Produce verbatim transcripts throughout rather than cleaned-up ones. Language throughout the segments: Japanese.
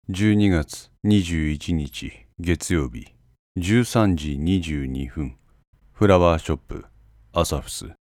じゅうにがつにじゅういちにち月曜日じゅうさんじにじゅうにふん、フラワーショップアサフス。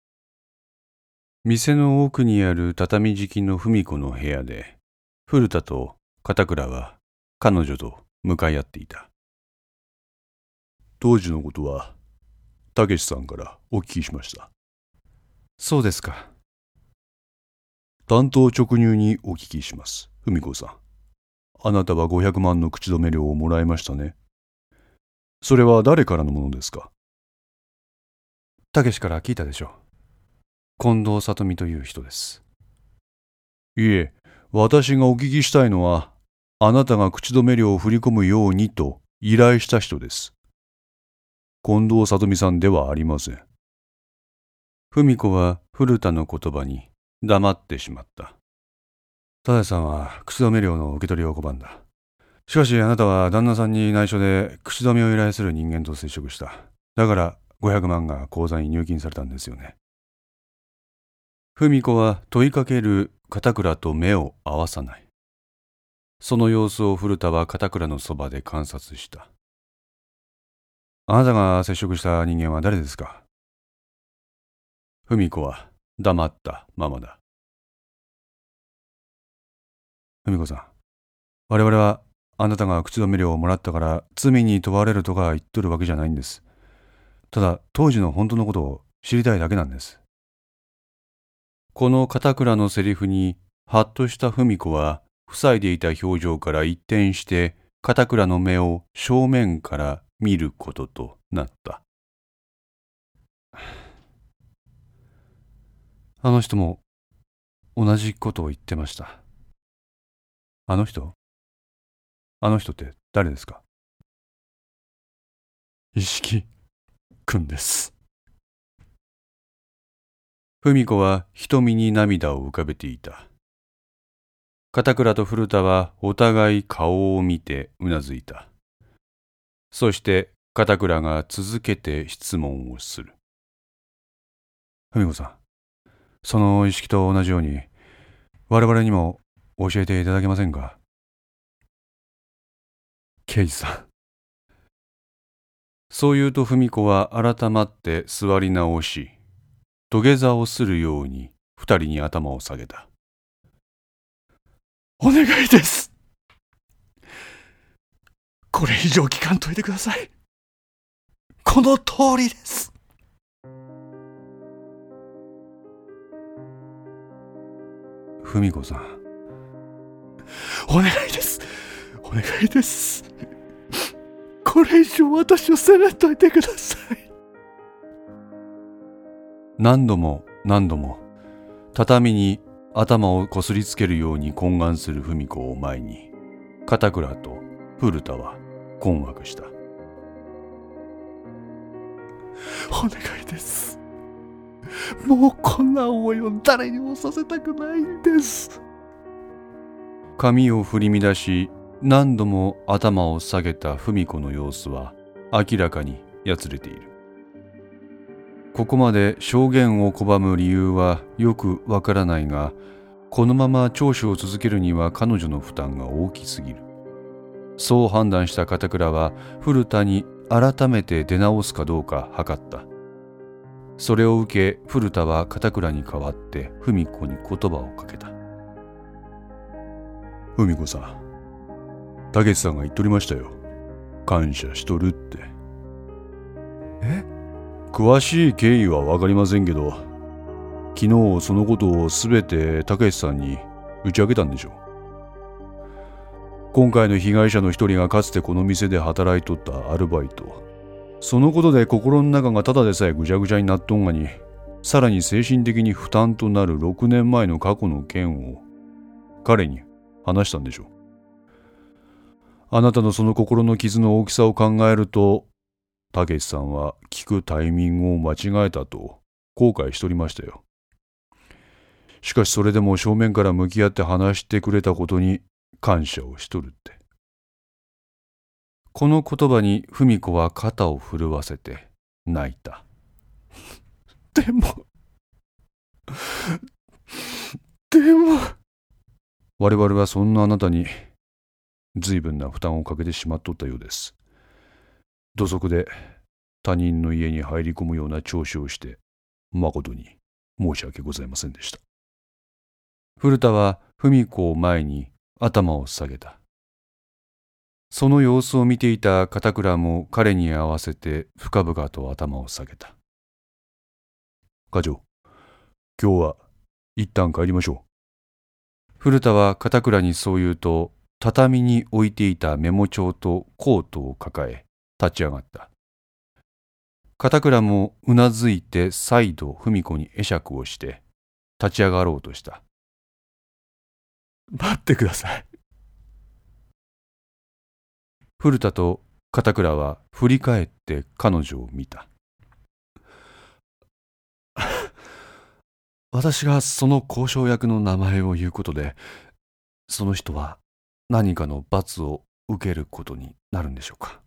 店の奥にある畳敷きの文子の部屋で、古田と片倉は彼女と向かい合っていた。 当時のことはたけしさんからお聞きしました。 そうですか。 単刀直入にお聞きします。文子さん、あなたはごひゃくまんの口止め料をもらいましたね。それは誰からのものですか？ たけしから聞いたでしょう。近藤里美という人です。 いえ、私がお聞きしたいのは、あなたが口止め料を振り込むようにと依頼した人です。近藤里美さんではありません。 文子は古田の言葉に黙ってしまった。 忠さんは口止め料の受け取りを拒んだ。しかしあなたは旦那さんに内緒で口止めを依頼する人間と接触した。だからごひゃくまんが口座に入金されたんですよね。 文子は問いかける片倉と目を合わさない。その様子を古田は片倉のそばで観察した。 あなたが接触した人間は誰ですか？ 文子は黙ったままだ。 文子さん、我々はあなたが口止め料をもらったから罪に問われるとか言っとるわけじゃないんです。ただ当時の本当のことを知りたいだけなんです。 この片倉のセリフにハッとした文子は塞いでいた表情から一転して片倉の目を正面から見ることとなった。 あの人も同じことを言ってました。あの人？あの人って誰ですか？石木くんです。 文子は瞳に涙を浮かべていた。片倉と古田はお互い顔を見てうなずいた。そして片倉が続けて質問をする。 文子さん、その意識と同じように我々にも教えていただけませんか？刑事さん。 そう言うと文子は改まって座り直し、土下座をするように二人に頭を下げた。 お願いです。これ以上聞かんといてください。この通りです。 文子さん、 お願いです。お願いです。これ以上私を責めといてください。 何度も何度も畳に頭をこすりつけるように懇願する文子を前に、片倉と古田は困惑した。 お願いです。もうこんな思いを誰にもさせたくないんです。 髪を振り乱し何度も頭を下げた文子の様子は明らかにやつれている。ここまで証言を拒む理由はよくわからないが、このまま聴取を続けるには彼女の負担が大きすぎる。そう判断した片倉は古田に改めて出直すかどうか図った。それを受け古田は片倉に代わって文子に言葉をかけた。 文子さん、たけしさんが言っとりましたよ。感謝しとるって。 え？ 詳しい経緯は分かりませんけど、昨日そのことをすべてたけしさんに打ち明けたんでしょう。今回の被害者の一人がかつてこの店で働いとったアルバイト、そのことで心の中がただでさえぐちゃぐちゃになっとんがに、さらに精神的に負担となるろくねんまえの過去の件を彼に話したんでしょう。あなたのその心の傷の大きさを考えると、たけしさんは聞くタイミングを間違えたと後悔しとりましたよ。しかしそれでも正面から向き合って話してくれたことに感謝をしとるって。 この言葉に文子は肩を震わせて泣いた。 でもでも我々はそんなあなたに随分な負担をかけてしまっとったようです。土足で他人の家に入り込むような調子をして、誠に申し訳ございませんでした。 古田は文子を前に頭を下げた。その様子を見ていた片倉も彼に合わせて深々と頭を下げた。 課長、今日は一旦帰りましょう。古田は片倉にそう言うと、畳に置いていたメモ帳とコートを抱え立ち上がった。片倉もうなずいて再度文子に会釈をして立ち上がろうとした。 待ってください。 古田と片倉は振り返って彼女を見た。 私がその交渉役の名前を言うことで、その人は何かの罰を受けることになるんでしょうか。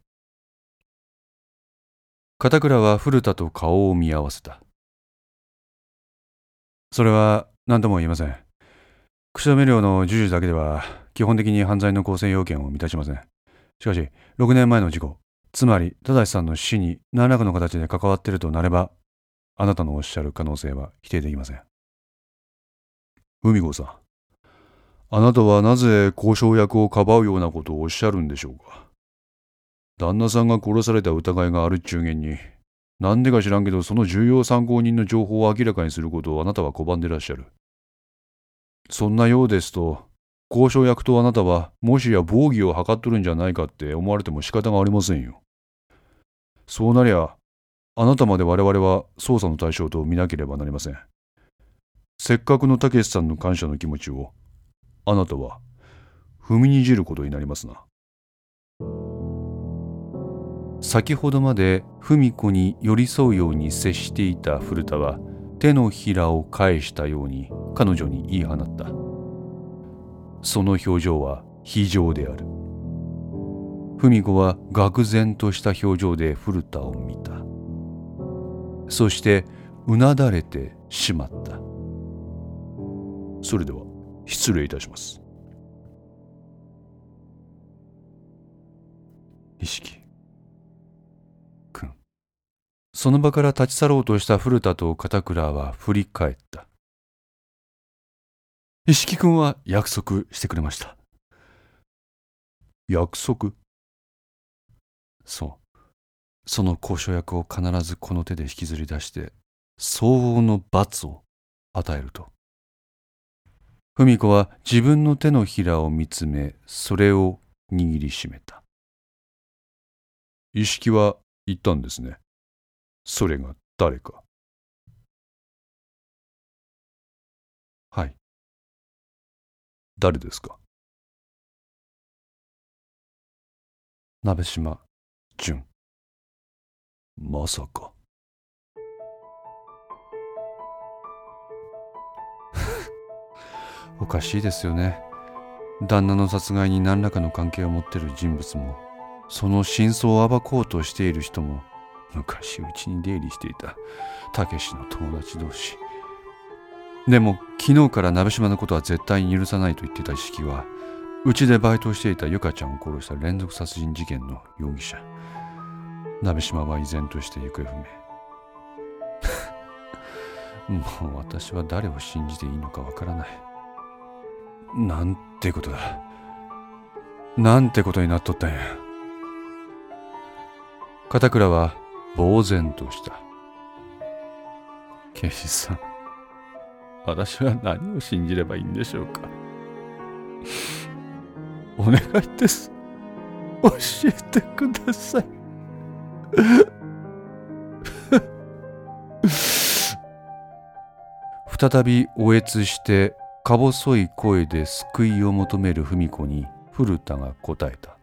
片倉は古田と顔を見合わせた。 それは何とも言いません。口止め料の授受だけでは基本的に犯罪の構成要件を満たしません。しかしろくねんまえの事故、つまり正さんの死に何らかの形で関わっているとなれば、あなたのおっしゃる可能性は否定できません。文子さん、あなたはなぜ交渉役をかばうようなことをおっしゃるんでしょうか。旦那さんが殺された疑いがある中間に、なんでか知らんけどその重要参考人の情報を明らかにすることをあなたは拒んでらっしゃる。そんなようですと、交渉役とあなたはもしや防御を図っとるんじゃないかって思われても仕方がありませんよ。そうなりゃ、あなたまで我々は捜査の対象と見なければなりません。せっかくのたけしさんの感謝の気持ちを、あなたは踏みにじることになりますな。 先ほどまで文子に寄り添うように接していた古田は、手のひらを返したように彼女に言い放った。その表情は非常である。文子は愕然とした表情で古田を見た。そしてうなだれてしまった。 それでは失礼いたします。 意識くん。その場から立ち去ろうとした古田と片倉は振り返った。 一色君は約束してくれました。約束？ そう。その交渉役を必ずこの手で引きずり出して相応の罰を与えると。文子は自分の手のひらを見つめ、それを握りしめた。 一色は言ったんですね。それが誰か。 はい。 誰ですか。 鍋島純。 まさか。 おかしいですよね。旦那の殺害に何らかの関係を持っている人物も、その真相を暴こうとしている人も、昔うちに出入りしていたたけしの友達同士。でも昨日から鍋島のことは絶対に許さないと言っていた一色は、うちでバイトをしていたゆかちゃんを殺した連続殺人事件の容疑者。鍋島は依然として行方不明。もう私は誰を信じていいのかわからない。なんてことだ。なんてことになっとったんや。片倉は呆然とした。刑事さん、私は何を信じればいいんでしょうか。お願いです。教えてください。再び嗚咽してか細い声で救いを求める文子に古田が答えた。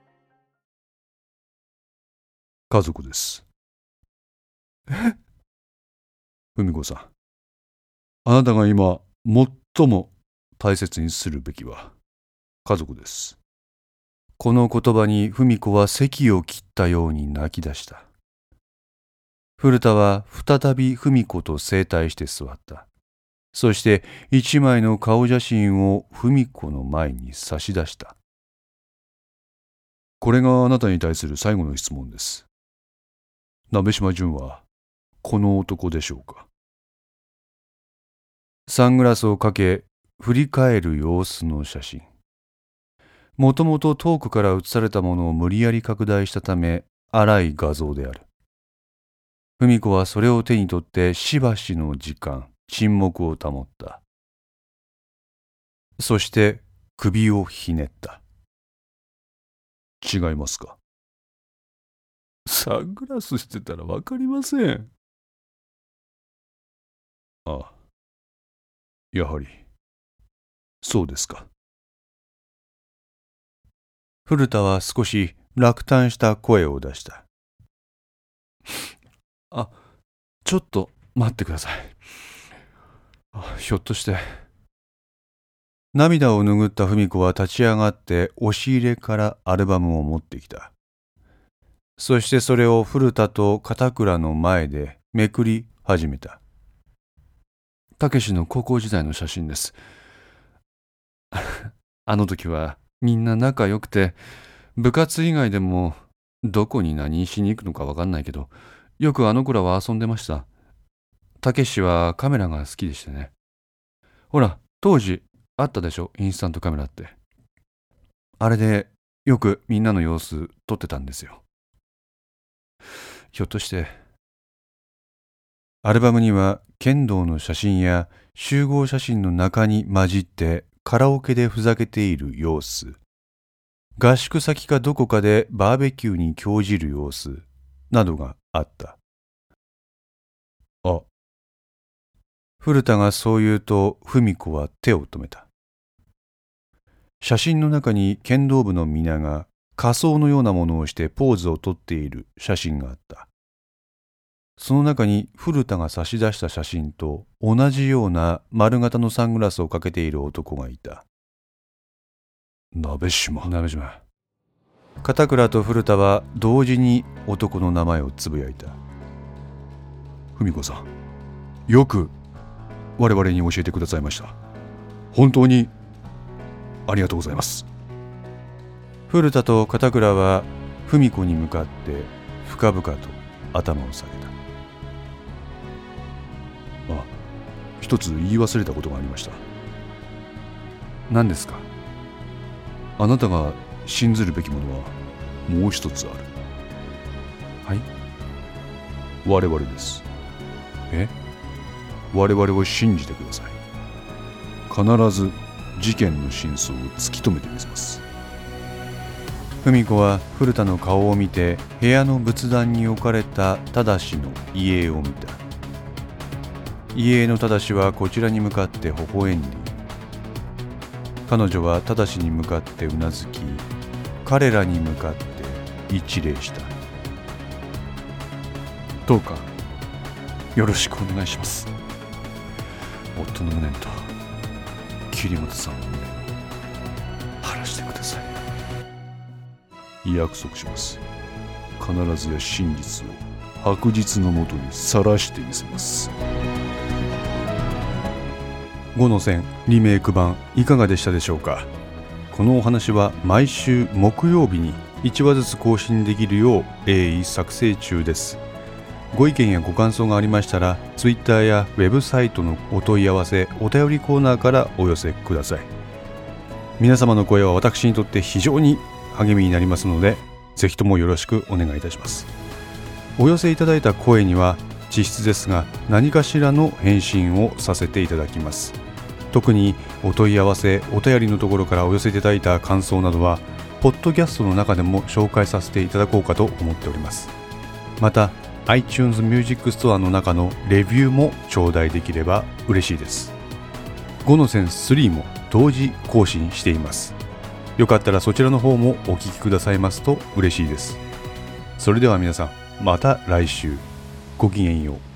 家族です。 え？ 文子さん、あなたが今最も大切にするべきは家族です。 この言葉に文子は咳を切ったように泣き出した。古田は再び文子と正対して座った。そして一枚の顔写真を文子の前に差し出した。 これがあなたに対する最後の質問です。鍋島純はこの男でしょうか？ サングラスをかけ、振り返る様子の写真。もともと遠くから写されたものを無理やり拡大したため、荒い画像である。文子はそれを手に取ってしばしの時間、沈黙を保った。そして首をひねった。 違いますか？ サングラスしてたらわかりません。 ああ、やはりそうですか。 古田は少し落胆した声を出した。あ、ちょっと待ってください。あ、ひょっとして。涙を拭った文子は立ち上がって押し入れからアルバムを持ってきた。そしてそれを古田と片倉の前でめくり始めた。たけしの高校時代の写真です。あの時はみんな仲良くて、部活以外でもどこに何しに行くのかわかんないけど、よくあの子らは遊んでました。たけしはカメラが好きでしてね。ほら、当時あったでしょ、インスタントカメラって。あれでよくみんなの様子撮ってたんですよ。ひょっとして。アルバムには剣道の写真や集合写真の中に混じってカラオケでふざけている様子、合宿先かどこかでバーベキューに興じる様子などがあった。 あ、 古田がそう言うと文子は手を止めた。写真の中に剣道部の皆が仮装のようなものをしてポーズをとっている写真があった。その中に古田が差し出した写真と同じような丸型のサングラスをかけている男がいた。 鍋島。 鍋島。片倉と古田は同時に男の名前をつぶやいた。 文子さん、よく我々に教えてくださいました。本当にありがとうございます。 古田と片倉は文子に向かって深々と頭を下げた。 あ、一つ言い忘れたことがありました。 何ですか？ あなたが信ずるべきものはもう一つある。 はい？ 我々です。 え？ 我々を信じてください。必ず事件の真相を突き止めてみせます。 文子は古田の顔を見て部屋の仏壇に置かれた正の遺影を見た。遺影の正はこちらに向かって微笑んでいる。彼女は正に向かってうなずき、彼らに向かって一礼した。どうかよろしくお願いします。夫の無念と桐本さんの無念を晴らしてください。約束します。必ずや真実を白日のもとにさらしてみせます。 五の線リメイク版いかがでしたでしょうか。このお話は毎週木曜日にいちわずつ更新できるよう鋭意作成中です。ご意見やご感想がありましたら Twitter やウェブサイトのお問い合わせお便りコーナーからお寄せください。皆様の声は私にとって非常に励みになりますので、ぜひともよろしくお願いいたします。お寄せいただいた声には実質ですが何かしらの返信をさせていただきます。特にお問い合わせお便りのところからお寄せいただいた感想などはポッドキャストの中でも紹介させていただこうかと思っております。また iTunes Music Store の中のレビューも頂戴できれば嬉しいです。ごの線スリーも同時更新しています。よかったらそちらの方もお聞きくださいますと嬉しいです。それでは皆さん、また来週。ごきげんよう。